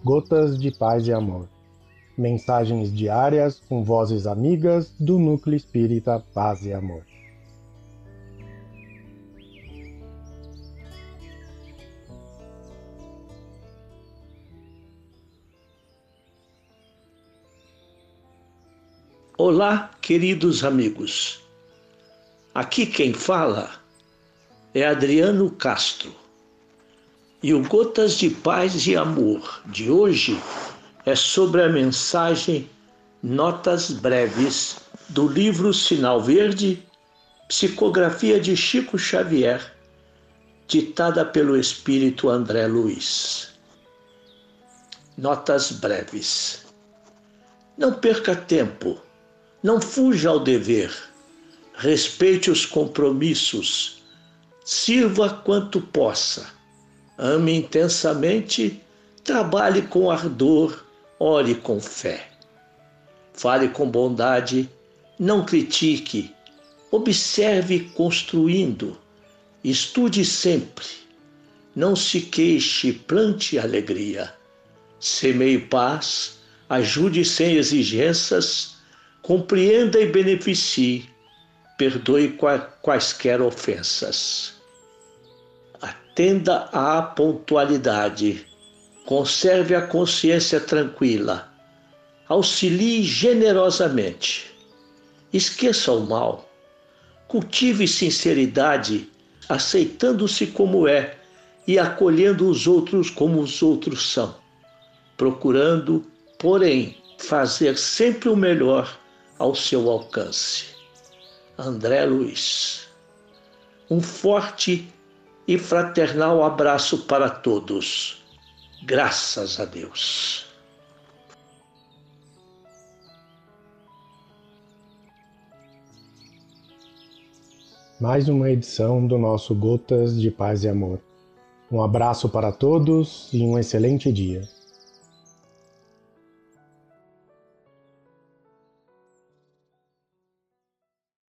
Gotas de Paz e Amor. Mensagens diárias com vozes amigas do Núcleo Espírita Paz e Amor. Olá, queridos amigos. Aqui quem fala é Adriano Castro. E o Gotas de Paz e Amor de hoje é sobre a mensagem Notas Breves do livro Sinal Verde, psicografia de Chico Xavier, ditada pelo espírito André Luiz. Notas breves. Não perca tempo, não fuja ao dever, respeite os compromissos, sirva quanto possa. Ame intensamente, trabalhe com ardor, ore com fé. Fale com bondade, não critique, observe construindo, estude sempre. Não se queixe, plante alegria. Semeie paz, ajude sem exigências, compreenda e beneficie, perdoe quaisquer ofensas. Atenda à pontualidade, conserve a consciência tranquila, auxilie generosamente, esqueça o mal, cultive sinceridade, aceitando-se como é e acolhendo os outros como os outros são, procurando, porém, fazer sempre o melhor ao seu alcance. André Luiz. Um forte e fraternal abraço para todos. Graças a Deus. Mais uma edição do nosso Gotas de Paz e Amor. Um abraço para todos e um excelente dia.